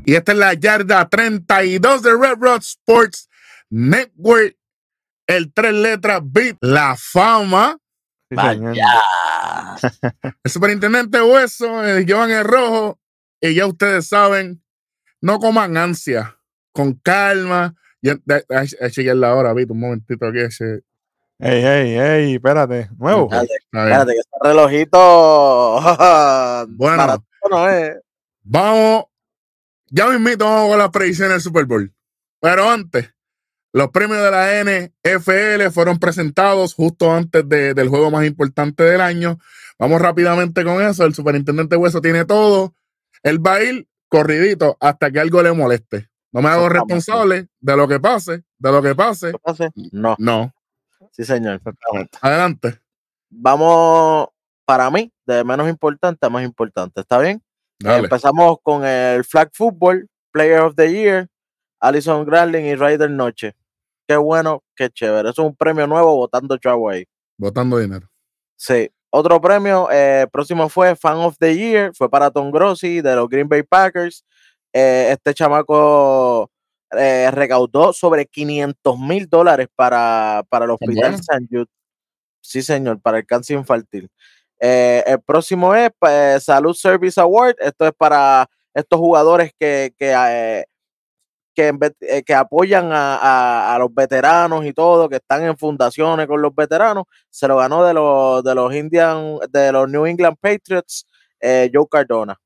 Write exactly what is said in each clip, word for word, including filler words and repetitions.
Y esta es la yarda treinta y dos de Red Rock Sports Network. El tres letras beat, la fama. Sí, Vaya. El superintendente Hueso, el Joan el Rojo. Y ya ustedes saben, no coman ansia, con calma. Ya, a chequear la hora, Vito, un momentito aquí. Ese. Ey, ey, ey, espérate, nuevo. Okay, Espérate, espérate, que ese relojito. Bueno, barato no es. Vamos, ya mismito vamos con las predicciones del Super Bowl. Pero antes, los premios de la N F L fueron presentados justo antes de, del juego más importante del año. Vamos rápidamente con eso. El superintendente Hueso tiene todo. Él va a ir corridito hasta que algo le moleste. No me hago responsable de lo que pase, de lo que pase. ¿Qué pase? No. No. Sí, señor. Adelante. Vamos, para mí, de menos importante a más importante. ¿Está bien? Eh, empezamos con el Flag Football, Player of the Year, Alison Gradling y Ryder Noche. Qué bueno, qué chévere. Eso es un premio nuevo votando chavo ahí. Votando dinero. Sí. Otro premio eh, próximo fue Fan of the Year, fue para Tom Grossi de los Green Bay Packers. Eh, este chamaco eh, recaudó sobre quinientos mil dólares para, para el Hospital bueno. San Jude. Sí, señor, para el cáncer infantil. Eh, el próximo es eh, Salud Service Award. Esto es para estos jugadores que, que eh, Que, que apoyan a, a, a los veteranos y todo, que están en fundaciones con los veteranos. Se lo ganó de los de los Indian, de los New England Patriots, eh, Joe Cardona.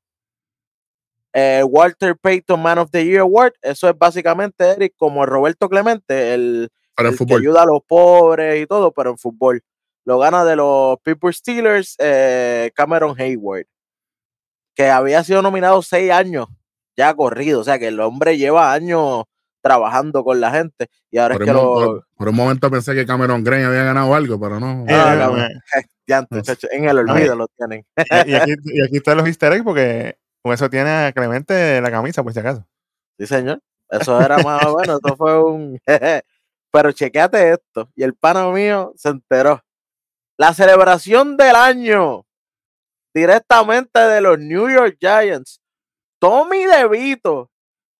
Eh, Walter Payton Man of the Year Award, eso es básicamente, Eric, como el Roberto Clemente, el, el, el que ayuda a los pobres y todo, pero en fútbol. Lo gana de los Pittsburgh Steelers, eh, Cameron Hayward, que había sido nominado seis años ya corrido, o sea que el hombre lleva años trabajando con la gente y ahora por es que un, lo... por, por un momento pensé que Cameron Green había ganado algo, pero no. Ah, no, no, ya antes, no sé. En el olvido no, lo tienen. Y, y, aquí, y aquí están los easter eggs porque con eso tiene a Clemente la camisa, por si acaso. Sí, señor. Eso era más o menos, esto fue un... Pero chequeate esto, y el pana mío se enteró. La celebración del año directamente de los New York Giants. Tommy DeVito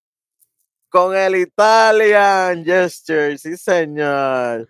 con el Italian Gesture, sí señor.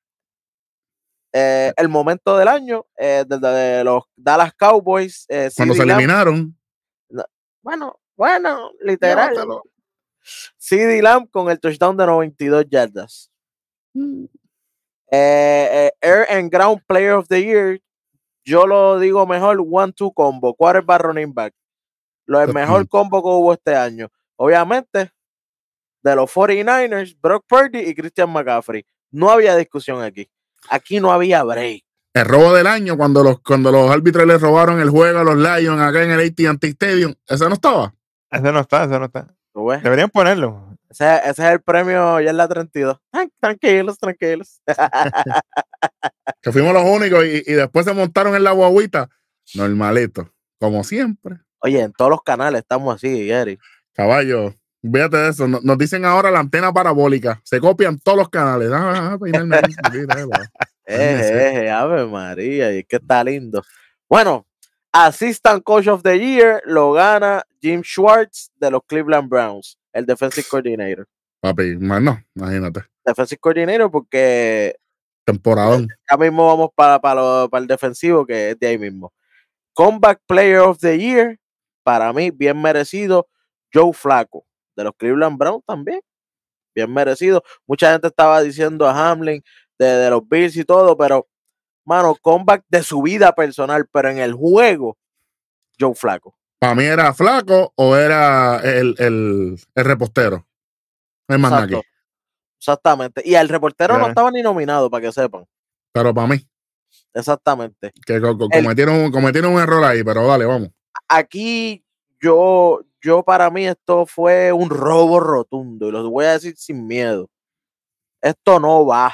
Eh, el momento del año eh, de, de, de los Dallas Cowboys. Eh, Cuando se eliminaron. No, bueno, bueno, literal. Llévatelo. C D Lamb con el touchdown de noventa y dos yardas. Mm. Eh, eh, Air and Ground Player of the Year. Yo lo digo mejor, one two combo, quarterback running back. Lo el mejor combo que hubo este año. Obviamente, de los cuarenta y nueve ers, Brock Purdy y Christian McCaffrey. No había discusión aquí. Aquí no había break. El robo del año, cuando los, cuando los árbitros le robaron el juego a los Lions acá en el A T and T Stadium, ¿ese no estaba? Ese no está, ese no está. Deberían ponerlo. Ese, ese es el premio ya en la treinta y dos. Ay, tranquilos, tranquilos. Que fuimos los únicos y, y después se montaron en la guaguita. Normalito, como siempre. Oye, en todos los canales estamos así, Eric. Caballo, fíjate de eso. Nos, nos dicen ahora la antena parabólica. Se copian todos los canales. Ah, peinarme. Eje, eje, Ave María, y es que está lindo. Bueno, Assistant Coach of the Year lo gana Jim Schwartz de los Cleveland Browns, el Defensive Coordinator. Papi, no, imagínate. Defensive Coordinator porque temporadón. Ya mismo vamos para, para, lo, para el defensivo, que es de ahí mismo. Comeback Player of the Year, para mí, bien merecido, Joe Flacco, de los Cleveland Browns también, bien merecido. Mucha gente estaba diciendo a Hamlin, de, de los Bills y todo, pero, mano, comeback de su vida personal, pero en el juego, Joe Flacco. Para mí era Flacco o era el, el, el repostero. No hay más nada aquí. Exactamente. Y el reportero yeah. no estaba ni nominado, para que sepan. Pero para mí. Exactamente. Que co co cometieron, el, cometieron un error ahí, pero dale, vamos. Aquí yo, yo para mí esto fue un robo rotundo y lo voy a decir sin miedo. Esto no va.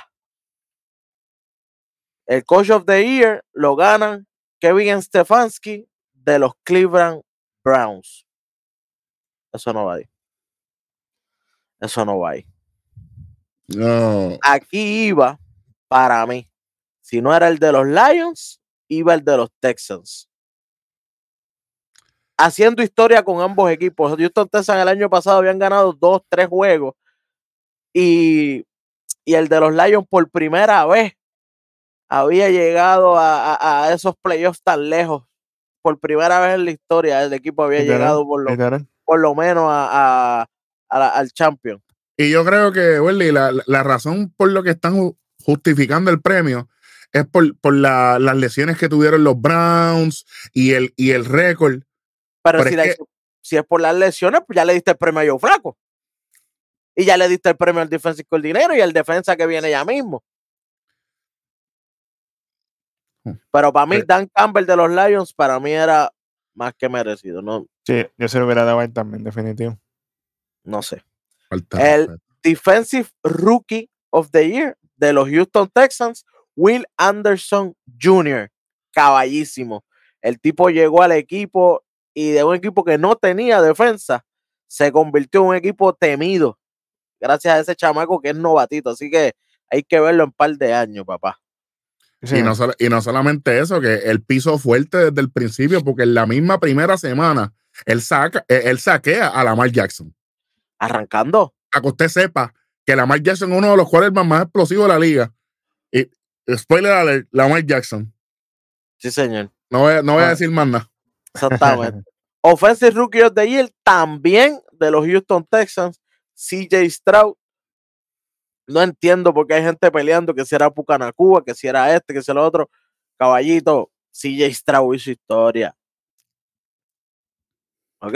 El Coach of the Year lo ganan Kevin Stefanski de los Cleveland Browns. Eso no va ahí. Eso no va ahí. No. Aquí iba, para mí, si no era el de los Lions, iba el de los Texans. haciendo historia con ambos equipos. Houston Texans el año pasado habían ganado dos, tres juegos y, y el de los Lions por primera vez había llegado a, a, a esos playoffs tan lejos. Por primera vez en la historia el equipo había literal, llegado por lo, por lo menos a, a, a la, al champion. Y yo creo que, Welly, la, la razón por lo que están justificando el premio es por, por la, las lesiones que tuvieron los Browns y el, y el récord. Pero, Pero si, es la, que, si es por las lesiones, pues ya le diste el premio a Joe Flacco. Y ya le diste el premio al defensive coordinator y al defensa que viene ya mismo. Pero para mí, Dan Campbell de los Lions, para mí era más que merecido, ¿no? Sí, yo se lo hubiera dado a él también, definitivo. No sé. Falta, el falta. Defensive Rookie of the Year de los Houston Texans, Will Anderson junior Caballísimo. El tipo llegó al equipo y de un equipo que no tenía defensa, se convirtió en un equipo temido. Gracias a ese chamaco que es novatito. Así que hay que verlo en un par de años, papá. Sí. Y, no solo, y no solamente eso, que él piso fuerte desde el principio, porque en la misma primera semana él, saca, él saquea a Lamar Jackson. Arrancando. A que usted sepa que Lamar Jackson es uno de los quarterbacks más explosivos de la liga. Y spoiler alert, Lamar Jackson. Sí, señor. No voy, no voy ah. a decir más nada. Exactamente. Offensive Rookie of the Year también de los Houston Texans, C J Stroud. No entiendo por qué hay gente peleando que si era Pucanacua, que si era este, que si era el otro. Caballito, C J Stroud hizo historia. ¿Ok?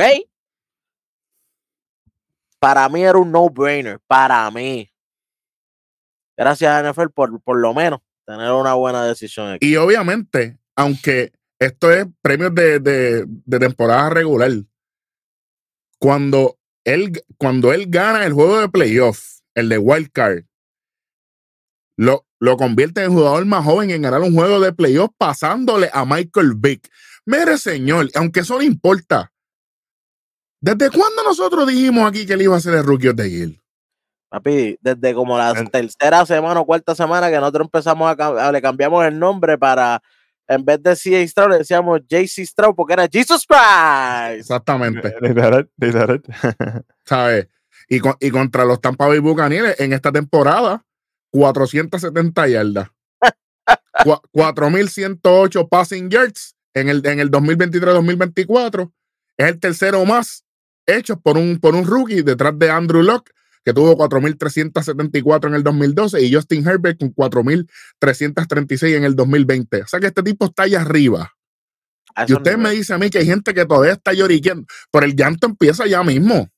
Para mí era un no-brainer. Para mí. Gracias a N F L por, por lo menos tener una buena decisión aquí. Y obviamente, aunque esto es premios de, de, de temporada regular, cuando él, cuando él gana el juego de playoff, el de Wild Card, lo, lo convierte en el jugador más joven en ganar un juego de playoff pasándole a Michael Vick. Mire, señor, aunque eso no importa. ¿Desde cuándo nosotros dijimos aquí que él iba a ser el Rookie of the Year? Papi, desde como la el, tercera semana o cuarta semana que nosotros empezamos a, a le cambiamos el nombre para, en vez de C A Stroud, le decíamos J C Stroud porque era Jesus Christ. Exactamente. Literal, literal. ¿Sabes? Y, con, y contra los Tampa Bay Buccaneers en esta temporada, cuatrocientas setenta yardas. cuatro mil ciento ocho passing yards en el, en el dos mil veintitrés dos mil veinticuatro. Es el tercero más hecho por un, por un rookie detrás de Andrew Luck, que tuvo cuatro mil trescientas setenta y cuatro en el dos mil doce, y Justin Herbert con cuatro mil trescientas treinta y seis en el dos mil veinte. O sea que este tipo está allá arriba. Y usted nivel. me dice a mí que hay gente que todavía está lloriqueando, pero el llanto empieza ya mismo.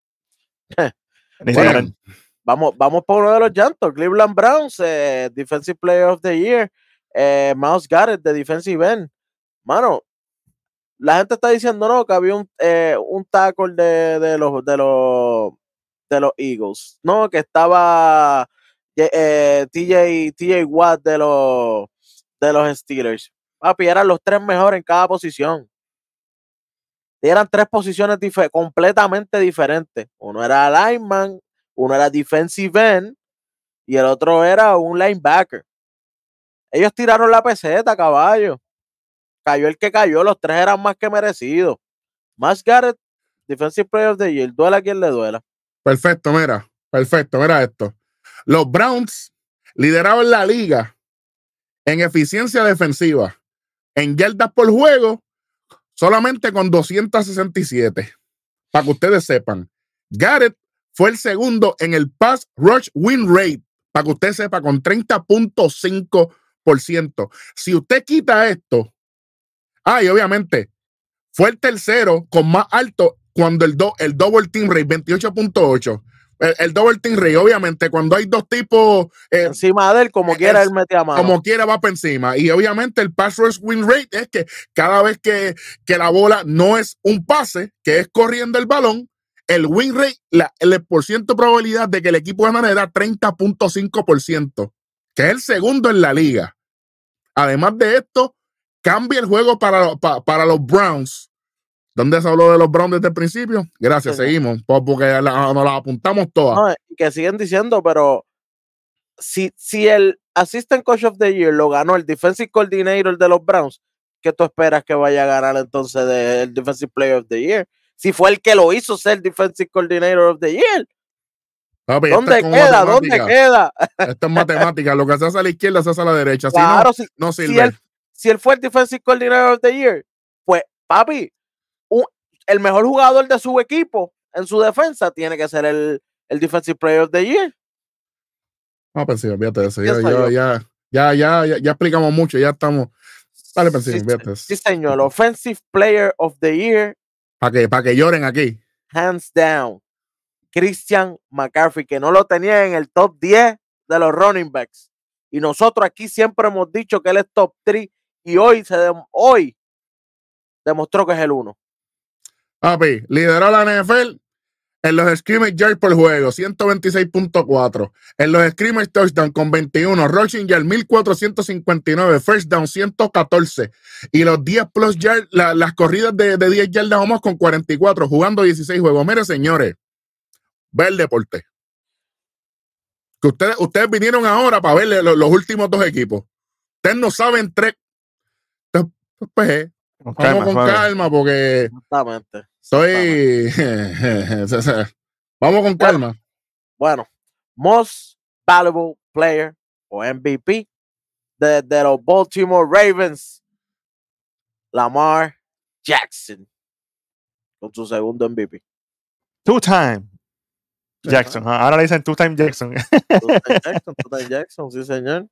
Bueno, vamos, vamos por uno de los llantos. Cleveland Browns, eh, Defensive Player of the Year, eh, Myles Garrett de Defensive End. Mano, la gente está diciendo no, que había un, eh, un tackle de, de los de los de los Eagles, no, que estaba eh, T J T J Watt de los de los Steelers. Papi, eran los tres mejores en cada posición. Y eran tres posiciones dif- completamente diferentes. Uno era lineman, uno era defensive end y el otro era un linebacker. Ellos tiraron la peseta, caballo. Cayó el que cayó, los tres eran más que merecidos. Myles Garrett, Defensive Player of the Year, duela a quien le duela. Perfecto, mira, perfecto, mira esto. Los Browns lideraban la liga en eficiencia defensiva, en yardas por juego, solamente con doscientas sesenta y siete. Para que ustedes sepan, Garrett fue el segundo en el pass rush win rate, para que usted sepa, con treinta punto cinco por ciento. Si usted quita esto, ah, y obviamente fue el tercero con más alto cuando el, do, el double team rate, veintiocho punto ocho. El, el double team rate, obviamente, cuando hay dos tipos eh, encima de él, como eh, quiera, él mete a mano. Como quiera va para encima. Y obviamente el pass rush win rate es que cada vez que, que la bola no es un pase, que es corriendo el balón, el win rate, la, el por ciento probabilidad de que el equipo gane era treinta punto cinco por ciento, que es el segundo en la liga. Además de esto, cambia el juego para, para, para los Browns. ¿Dónde se habló de los Browns desde el principio? Gracias, sí, seguimos, porque la, nos las apuntamos todas. No, que siguen diciendo, pero si, si el Assistant Coach of the Year lo ganó el Defensive Coordinator de los Browns, ¿qué tú esperas que vaya a ganar entonces del Defensive Player of the Year? Si fue el que lo hizo ser Defensive Coordinator of the Year. Papi, ¿Dónde esto es queda? ¿Dónde queda? Esto es matemática. Lo que se hace a la izquierda se hace a la derecha. Claro, si no, si, no sirve. Si él, si él fue el Defensive Coordinator of the Year, pues, papi, un, el mejor jugador de su equipo en su defensa tiene que ser el, el Defensive Player of the Year. No, pues sí, fíjate eso. Ya, ya, ya, ya, ya, ya, ya explicamos mucho. Ya estamos. Dale, pues sí, fíjate. Sí, señor. Offensive Player of the Year. Para que, pa que lloren aquí. Hands down. Christian McCaffrey, que no lo tenía en el top diez de los running backs. Y nosotros aquí siempre hemos dicho que él es top tres y hoy, se de, hoy demostró que es el uno. Papi, lideró la N F L en los scrimmage yards por juego, ciento veintiséis punto cuatro. En los scrimmage touchdown con veintiuno. Rushing yard, mil cuatrocientos cincuenta y nueve. First down, ciento catorce. Y los diez plus yards, la, las corridas de, de diez yardas o más con cuarenta y cuatro, jugando dieciséis juegos. Mire, señores, ve el deporte. Que ustedes, ustedes vinieron ahora para ver los, los últimos dos equipos. Ustedes no saben tres. Entonces, pues, eh, Con vamos calma, con suave. calma porque Exactamente. soy... Vamos con calma. Bueno, Most Valuable Player o M V P de, de los Baltimore Ravens, Lamar Jackson, con su segundo M V P. Two time Jackson. Uh-huh. Ahora le dicen two time Jackson. Two time Jackson, two time Jackson, sí, señor.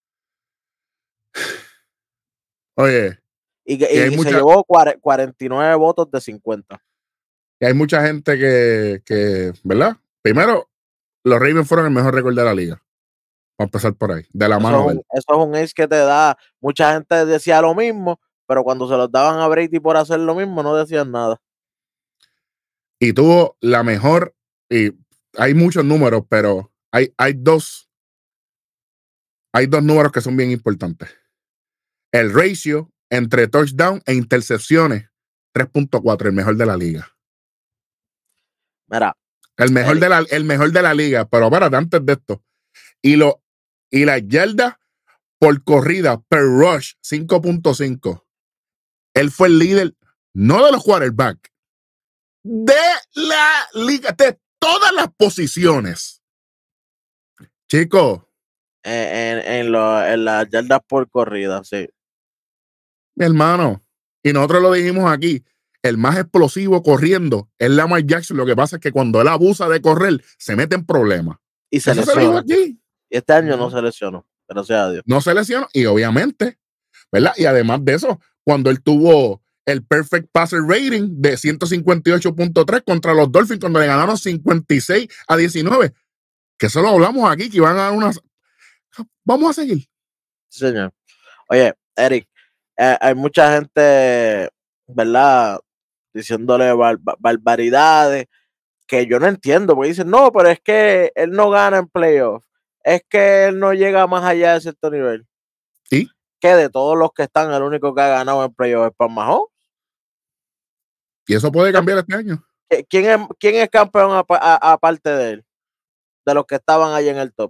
Oye. Y, y, y, y mucha, se llevó cuarenta y nueve votos de cincuenta. Y hay mucha gente que, que, ¿verdad? Primero, los Ravens fueron el mejor récord de la liga. Vamos a empezar por ahí, de la eso mano es un, de él. Eso es un ace que te da. Mucha gente decía lo mismo, pero cuando se los daban a Brady por hacer lo mismo, no decían nada. Y tuvo la mejor, y hay muchos números, pero hay, hay dos, hay dos números que son bien importantes. El ratio entre touchdown e intercepciones, tres punto cuatro, el mejor de la liga. Mira. El mejor, de la, el mejor de la liga, pero espérate, antes de esto. Y, lo, y la yarda por corrida per rush, cinco punto cinco. Él fue el líder, no de los quarterbacks, de la liga, de todas las posiciones. Chicos. En, en, en, lo, en las yardas por corrida, sí. Mi hermano, y nosotros lo dijimos aquí, el más explosivo corriendo es Lamar Jackson. Lo que pasa es que cuando él abusa de correr, se mete en problemas. Y se lesiona. Y este año no se lesionó, gracias a Dios. No se lesionó, y obviamente, ¿verdad? Y además de eso, cuando él tuvo el perfect passer rating de ciento cincuenta y ocho punto tres contra los Dolphins, cuando le ganaron cincuenta y seis a diecinueve, que eso lo hablamos aquí, que iban a dar unas... Vamos a seguir. Sí, señor. Oye, Eric, eh, hay mucha gente, ¿verdad?, diciéndole bar barbaridades que yo no entiendo, porque dicen, no, pero es que él no gana en playoff, es que él no llega más allá de cierto nivel. ¿Sí? Que de todos los que están, el único que ha ganado en playoff es Pat Mahomes. Y eso puede cambiar este año. ¿Quién es, quién es campeón aparte de él? De los que estaban ahí en el top.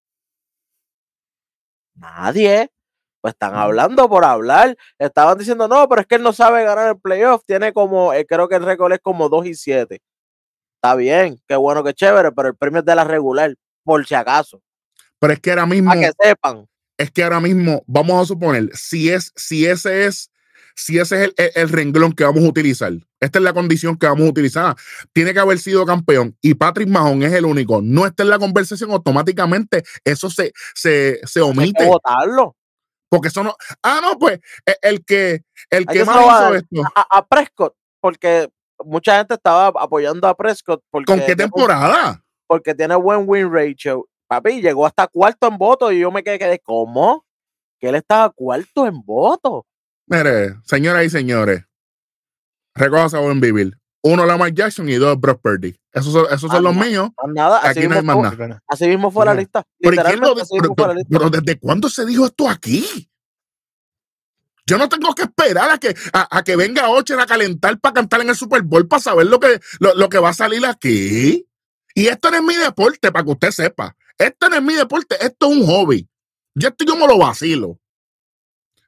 Nadie. Pues están hablando por hablar. Estaban diciendo, no, pero es que él no sabe ganar el playoff. Tiene como, eh, creo que el récord es como dos y siete. Está bien, qué bueno, qué chévere, pero el premio es de la regular, por si acaso. Pero es que ahora mismo. Para que sepan. Es que ahora mismo, vamos a suponer, si es, si ese es, si ese es el, el, el renglón que vamos a utilizar, esta es la condición que vamos a utilizar, tiene que haber sido campeón y Patrick Mahomes es el único, no está en la conversación, automáticamente eso se, se, se omite. Hay que votarlo. Porque eso no, ah, no, pues, el, el que, el Hay que que más hizo esto. A, a Prescott, porque mucha gente estaba apoyando a Prescott. Porque ¿Con qué temporada? Porque tiene buen win ratio. Papi, llegó hasta cuarto en voto y yo me quedé, quedé ¿cómo? Que él estaba cuarto en voto. Mire, señoras y señores, recójase a buen vivir. Uno, Lamar Jackson, y dos, Brock Purdy. Esos son, esos son los míos. Nada, así aquí no hay más fue, nada. Así mismo fue la lista. Pero, lo, pero, pero, pero ¿desde cuándo se dijo esto aquí? Yo no tengo que esperar a que, a, a que venga Ocher a calentar para cantar en el Super Bowl para saber lo que, lo, lo que va a salir aquí. Y esto no es mi deporte, para que usted sepa. Esto no es mi deporte, esto es un hobby. Yo esto yo me lo vacilo.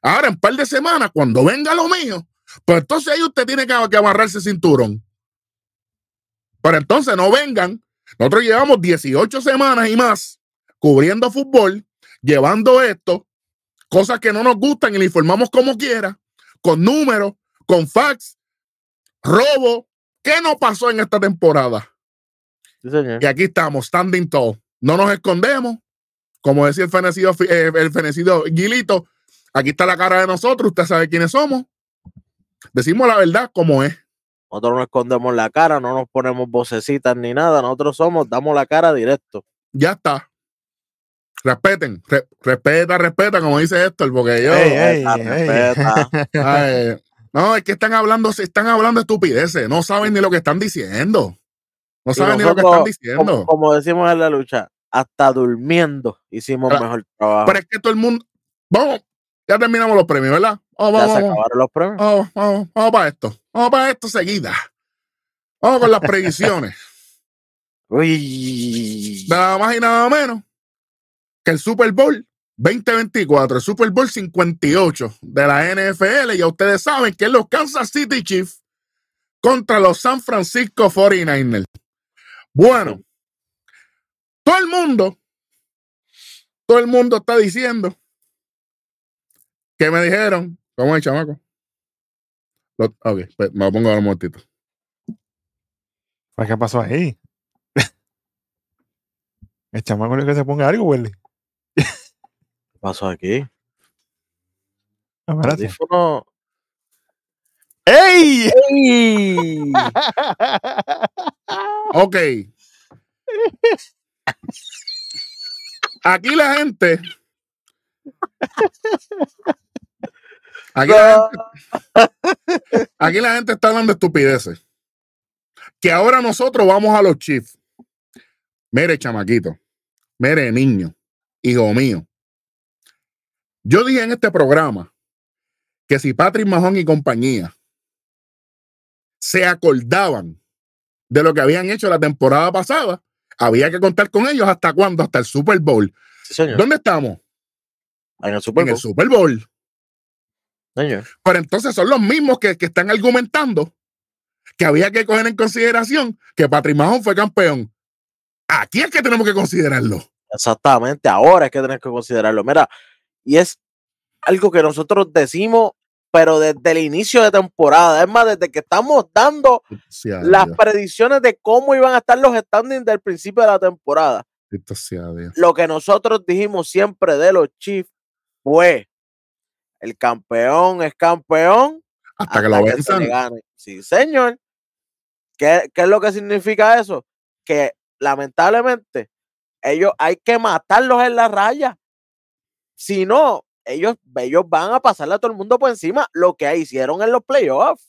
Ahora, en un par de semanas, cuando venga lo mío, pues entonces ahí usted tiene que, que amarrarse el cinturón. Pero entonces no vengan. Nosotros llevamos dieciocho semanas y más cubriendo fútbol, llevando esto, cosas que no nos gustan y le informamos como quiera, con números, con fax, robo. ¿Qué no pasó en esta temporada? Sí, señor. Y aquí estamos, standing tall. No nos escondemos. Como decía el fenecido, eh, el fenecido Gilito, aquí está la cara de nosotros, usted sabe quiénes somos. Decimos la verdad como es. Nosotros no escondemos la cara, no nos ponemos vocecitas ni nada. Nosotros somos, damos la cara directo. Ya está. Respeten, re, respeta, respeta, como dice Héctor, porque yo. Ey, ey, Respeta, ey. Ay, no, es que están hablando, están hablando estupideces, no saben ni lo que están diciendo. No Y saben ni lo que nosotros, están diciendo. como, como decimos en la lucha, hasta durmiendo hicimos Pero- mejor trabajo. Pero es que todo el mundo. Vamos, ya terminamos los premios, ¿verdad? Vamos, Ya vamos, se vamos. acabaron los premios. Vamos, vamos, vamos para esto. Vamos para esto seguida. Vamos con las predicciones. Uy. Nada más y nada menos que el Super Bowl veinte veinticuatro, el Super Bowl cincuenta y ocho de la N F L. Ya ustedes saben que es los Kansas City Chiefs contra los San Francisco cuarenta y nueve ers. Bueno, todo el mundo, todo el mundo está diciendo que me dijeron, ¿cómo es, chamaco? Lo, ok, pues, me lo pongo ahora un momentito. ¿Qué pasó ahí? El chamaco es que se ponga algo, Willy. ¿Qué pasó aquí? Espérate. Audífono. ¡Ey! ¡Ey! Ok. Aquí la gente. Aquí la gente, aquí la gente está hablando de estupideces. Que ahora nosotros vamos a los Chiefs. Mire, chamaquito. Mire, niño. Hijo mío. Yo dije en este programa que si Patrick Mahomes y compañía se acordaban de lo que habían hecho la temporada pasada, había que contar con ellos hasta cuándo, hasta el Super Bowl. Sí, señor. ¿Dónde estamos? En el Super En Bowl. el Super Bowl. Señor. Pero entonces son los mismos que, que están argumentando que había que coger en consideración que Patrick Mahomes fue campeón. Aquí es que tenemos que considerarlo. Exactamente, ahora es que tenés que considerarlo. Mira, y es algo que nosotros decimos, pero desde el inicio de temporada, es más, desde que estamos dando Sea las Dios. predicciones de cómo iban a estar los standings del principio de la temporada. Bendito sea Dios. Lo que nosotros dijimos siempre de los Chiefs fue: el campeón es campeón Hasta, que lo se venzan. le gane. Sí, señor. ¿Qué, ¿Qué es lo que significa eso? Que lamentablemente ellos hay que matarlos en la raya. Si no, ellos, ellos van a pasarle a todo el mundo por encima lo que hicieron en los playoffs.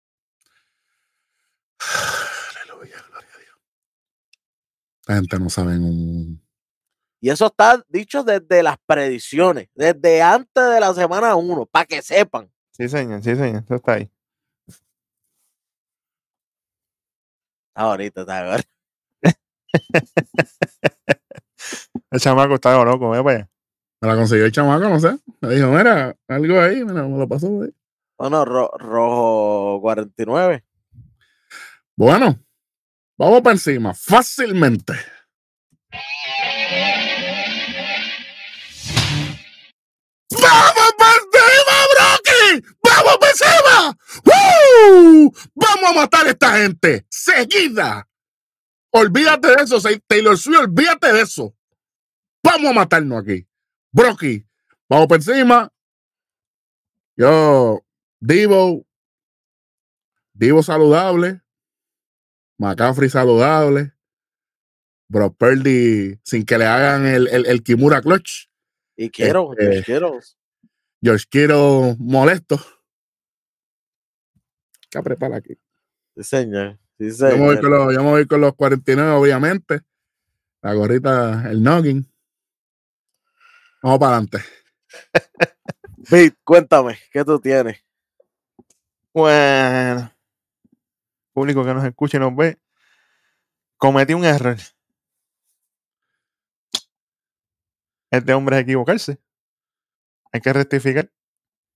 Aleluya, gloria a Dios. La gente no sabe un... Y eso está dicho desde las predicciones, desde antes de la semana uno, para que sepan. Sí, señor, sí, señor. Eso está ahí. Ahorita está ahora. El chamaco está loco, ve para allá. Me la consiguió el chamaco, no sé. Me dijo, mira, algo ahí, mira, me lo pasó ahí. No, no, ro, rojo cuarenta y nueve. Bueno, vamos para encima, fácilmente. ¡Vamos para encima, Brocky! ¡Vamos para encima! ¡Woo! ¡Vamos a matar a esta gente! ¡Seguida! Olvídate de eso, Taylor Swift, olvídate de eso. Vamos a matarnos aquí. Brocky, vamos para encima. Yo, Divo, Divo saludable. McCaffrey saludable. Brock Purdy sin que le hagan el, el, el Kimura Clutch. Y quiero, Este, yo quiero. George Kittle molesto. ¿Qué prepara aquí? Sí, señor. Sí, Yo me, voy señor. con los, yo me voy con los cuarenta y nueve, obviamente. La gorrita, el noggin. Vamos para adelante. Pete, cuéntame, ¿qué tú tienes? Bueno, público que nos escucha y nos ve, cometí un error. Este hombre es equivocarse. Hay que rectificar.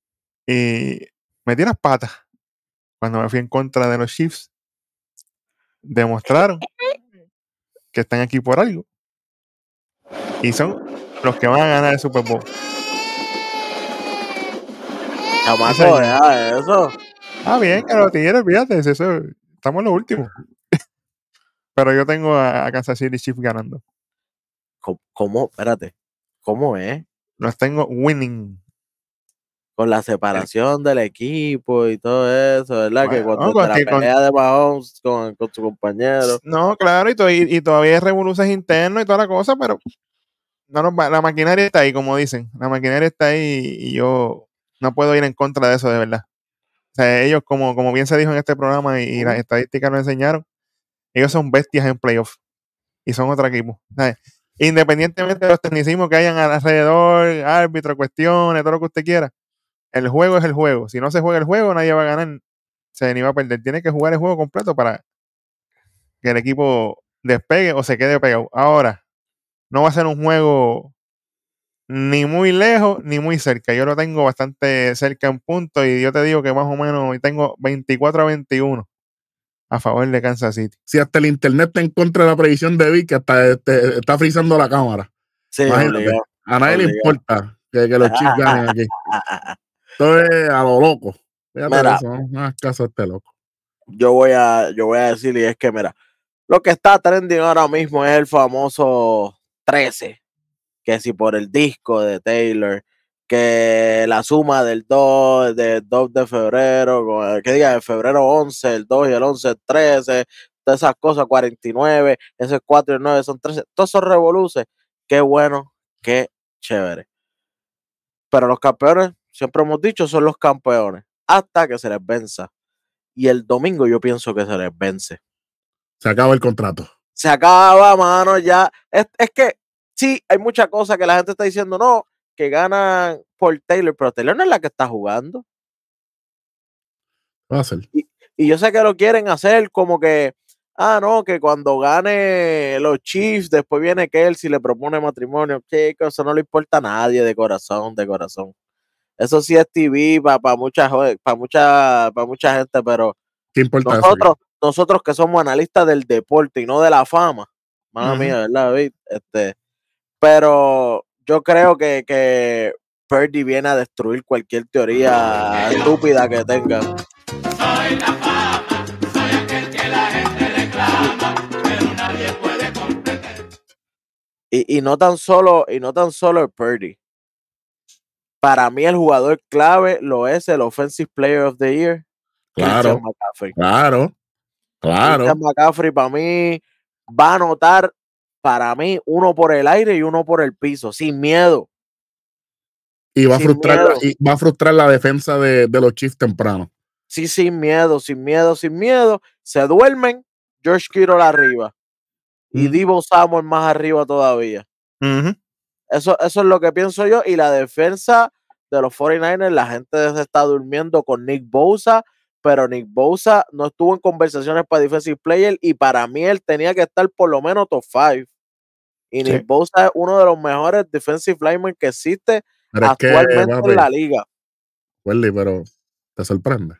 Y metí las patas cuando me fui en contra de los Chiefs. Demostraron que están aquí por algo. Y son los que van a ganar el Super Bowl. Chamaco, deja eso. Ah, bien, que los Tigres, fíjate, eso, estamos en lo último. Pero yo tengo a, a Kansas City Chiefs ganando. ¿Cómo, ¿Cómo? Espérate. ¿Cómo es? Los tengo winning. Con la separación del equipo y todo eso, ¿verdad? Bueno, que cuando no, de la que con- pelea de Mahomes con, con su compañero. No, claro, y, to- y, y todavía hay revoluciones internas y toda la cosa, pero no nos va- la maquinaria está ahí, como dicen. La maquinaria está ahí y yo no puedo ir en contra de eso, de verdad. O sea, ellos, como, como bien se dijo en este programa y, y las estadísticas nos enseñaron, ellos son bestias en playoffs y son otro equipo. O sea, independientemente de los tecnicismos que hayan alrededor, árbitro, cuestiones, todo lo que usted quiera, el juego es el juego. Si no se juega el juego, nadie va a ganar, se ni va a perder. Tiene que jugar el juego completo para que el equipo despegue o se quede pegado. Ahora, no va a ser un juego ni muy lejos ni muy cerca. Yo lo tengo bastante cerca en punto y yo te digo que más o menos hoy tengo veinticuatro a veintiuno a favor de Kansas City. Si hasta el internet está en contra de la predicción de Vic, que hasta este, está frizando la cámara. Sí, Imagínate, obligado, a nadie le obligado. importa que, que los Chiefs ganen aquí. Esto es a lo loco. Fíjate Mira, de eso, no hagas caso a este loco. yo voy a, yo voy a decir, y es que, mira, lo que está trending ahora mismo es el famoso trece, que si por el disco de Taylor, que la suma del dos, del dos de febrero, con- que diga de febrero once, el dos y el once, trece, todas esas cosas, cuarenta y nueve, esos cuatro y nueve son trece, todos esos revoluces, qué bueno, qué chévere. Pero los campeones, siempre hemos dicho, son los campeones, hasta que se les venza. Y el domingo yo pienso que se les vence. Se acaba el contrato. Se acaba, mano, ya. Es, es que sí, hay muchas cosas que la gente está diciendo, no, que ganan por Taylor, pero Taylor no es la que está jugando. Va a ser. Y, y yo sé que lo quieren hacer como que, ah, no, que cuando gane los Chiefs, después viene Kelsey y le propone matrimonio. Chicos, eso no le importa a nadie de corazón, de corazón. Eso sí es T V para pa mucha, para mucha, para mucha gente, pero ¿Qué importa nosotros, eso? nosotros que somos analistas del deporte y no de la fama, mala Uh-huh. mía, ¿verdad, David? Este, pero yo creo que, que Purdy viene a destruir cualquier teoría estúpida que tenga. Soy la fama, soy aquel que la gente reclama, pero nadie puede comprender. Y, y no tan solo, y no tan solo el Purdy. Para mí el jugador clave lo es el Offensive Player of the Year, Claro, Christian McCaffrey. claro, claro. Christian McCaffrey para mí va a anotar, para mí, uno por el aire y uno por el piso, sin miedo. Y va a Sin frustrar, la, miedo. y va a frustrar la defensa de, de los Chiefs temprano. Sí, sin miedo, sin miedo, sin miedo. Se duermen, George Kittle arriba. Y Mm. Deebo Samuel más arriba todavía. Uh-huh. Eso, eso es lo que pienso yo. Y la defensa de los cuarenta y nueve ers, la gente se está durmiendo con Nick Bosa, pero Nick Bosa no estuvo en conversaciones para Defensive Player y para mí él tenía que estar por lo menos top cinco. Y Sí. Nick Bosa es uno de los mejores defensive linemen que existe Pero es que, actualmente papi, en la liga. Welly, pero te sorprende.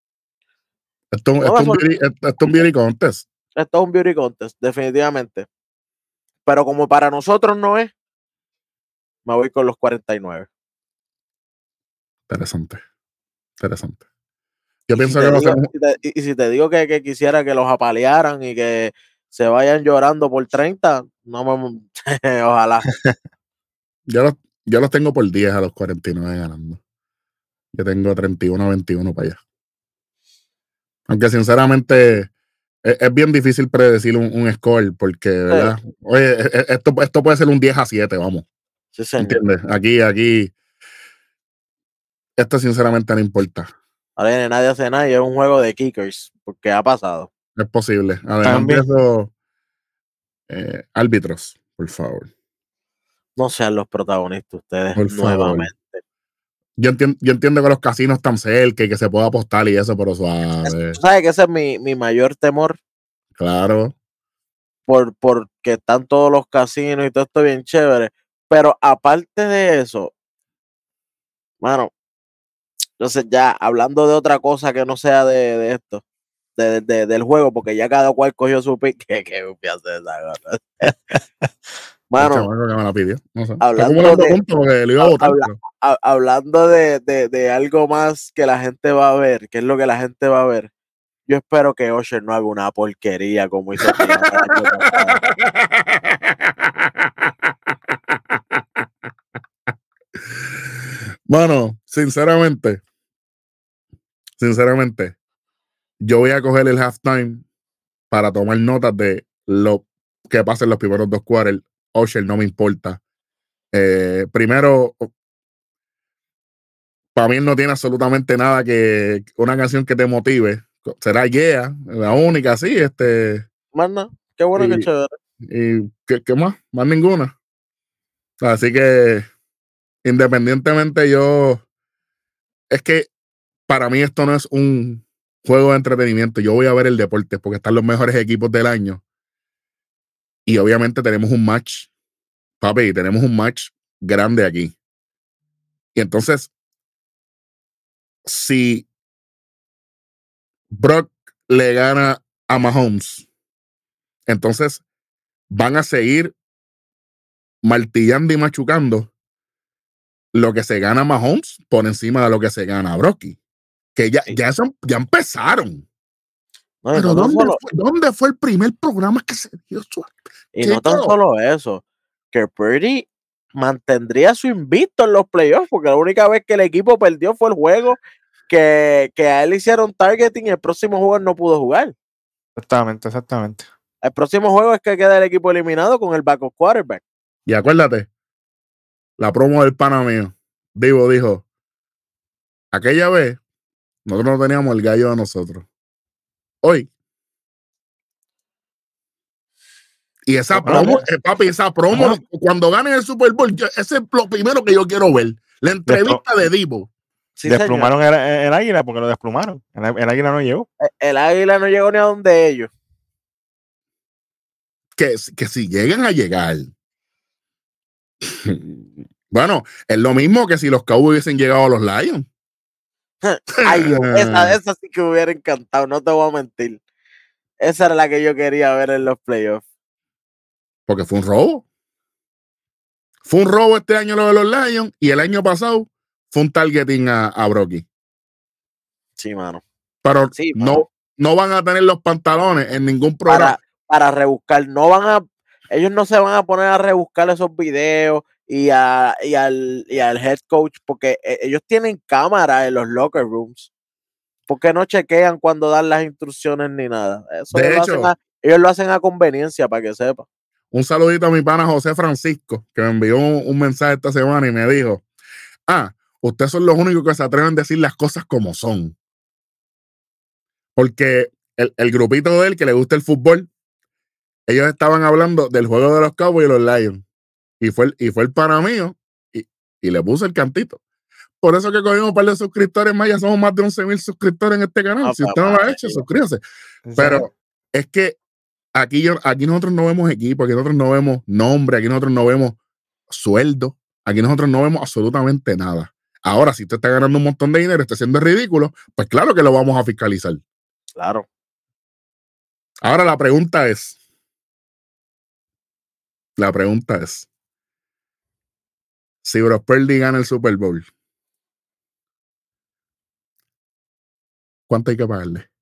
Esto, No esto, me es un sor- beauty, esto, esto es un beauty contest. Esto es un beauty contest, definitivamente. Pero como para nosotros no es, me voy con los cuarenta y nueve. Interesante. Interesante. Yo Y si pienso te que va a digo, ser un, y te- y si te digo que, que quisiera que los apalearan y que se vayan llorando por treinta, no me, ojalá. yo, los, yo los tengo por diez a los cuarenta y nueve ganando. Yo tengo treinta y uno a veintiuno para allá. Aunque sinceramente es, es bien difícil predecir un, un score porque, ¿verdad? Oye, e- e- esto, esto puede ser un diez a siete, vamos. Sí, señor. ¿Entiendes? Aquí, aquí, esto sinceramente no importa. Ahora viene nadie hace nada y es un juego de kickers, porque ha pasado. Es posible. Además También. de eso, eh, árbitros, por favor. No sean los protagonistas ustedes Por nuevamente. favor. Yo entiendo, yo entiendo que los casinos están cerca y que se pueda apostar y eso, pero suave. Tú sabes que ese es mi, mi mayor temor, Claro. por porque están todos los casinos y todo esto bien chévere. Pero aparte de eso, mano, Entonces, ya hablando de otra cosa que no sea de, de esto, de, de- del juego, porque ya cada cual cogió su pick. ¿Qué, qué hace esa cosa? El Mano, chamaco que me la pidió. No sé. Está hablando acumulando de, puntos porque lo iba a ha- votar. habla- pero- ha- hablando de, de, de algo más que la gente va a ver, ¿qué es lo que la gente va a ver? Yo espero que Usher no haga una porquería como hizo Rihanna el año pasado. Mano, sinceramente, sinceramente, yo voy a coger el halftime para tomar notas de lo que pasa en los primeros dos quarters. Usher no me importa. Eh, primero, para mí él no tiene absolutamente nada que una canción que te motive. Será Yeah, la única, sí, este. Mano, qué bueno, qué Y, chévere. y ¿qué, qué más? Más ninguna. Así que, independientemente, yo. Es que para mí esto no es un juego de entretenimiento. Yo voy a ver el deporte porque están los mejores equipos del año. Y obviamente tenemos un match, papi, tenemos un match grande aquí. Y entonces, si Brock le gana a Mahomes, entonces van a seguir martillando y machucando lo que se gana Mahomes por encima de lo que se gana Brocky. Que ya, Sí. ya, son, ya empezaron. No, y Pero no tan ¿dónde, solo, fue, ¿dónde fue el primer programa que se dio eso? y no tan Chico, solo eso, que Purdy mantendría su invicto en los playoffs, porque la única vez que el equipo perdió fue el juego que, que a él le hicieron targeting y el próximo juego él no pudo jugar. Exactamente, exactamente. El próximo juego es que queda el equipo eliminado con el backup quarterback. y acuérdate, la promo del pana mío, Divo dijo, aquella vez nosotros no teníamos el gallo de nosotros. Hoy. Y esa Bueno, promo, eh, papi, esa promo, bueno. cuando ganen el Super Bowl, yo- ese es lo primero que yo quiero ver. La entrevista de Divo. Sí, señor. Desplumaron el, el águila porque lo desplumaron. El, el águila no llegó. El, el águila no llegó ni a donde ellos. Que, que si llegan a llegar. Bueno, es lo mismo que si los Cowboys hubiesen llegado a los Lions. Ay, yo, esa, esa sí que me hubiera encantado, no te voy a mentir. Esa era la que yo quería ver en los playoffs. Porque fue un robo. Fue un robo este año lo de los Lions y el año pasado fue un targeting a, a Brocky. Sí, mano. Pero Sí, no, mano. no van a tener los pantalones en ningún programa. Para, para rebuscar, no van a, ellos no se van a poner a rebuscar esos videos y, a, y, al, y al head coach, porque eh, ellos tienen cámara en los locker rooms. ¿Por qué no chequean cuando dan las instrucciones ni nada? Eso De ellos, hecho, lo hacen a, ellos lo hacen a conveniencia, para que sepa. un saludito a mi pana José Francisco, que me envió un, un mensaje esta semana y me dijo, ah, ustedes son los únicos que se atreven a decir las cosas como son. Porque el, el grupito de él que le gusta el fútbol, ellos estaban hablando del juego de los Cowboys y los Lions. Y fue el, y fue el pana mío y, y le puse el cantito. Por eso que cogimos un par de suscriptores más, ya somos más de once mil suscriptores en este canal. Ah, Si usted no lo ha hecho, suscríbase. Pero es que aquí, yo, aquí nosotros no vemos equipo, aquí nosotros no vemos nombre, aquí nosotros no vemos sueldo, aquí nosotros no vemos absolutamente nada. Ahora, si usted está ganando un montón de dinero y está haciendo ridículo, pues claro que lo vamos a fiscalizar. Claro. Ahora la pregunta es, la pregunta es, si Brock Purdy gana el Super Bowl, ¿cuánto hay que pagarle?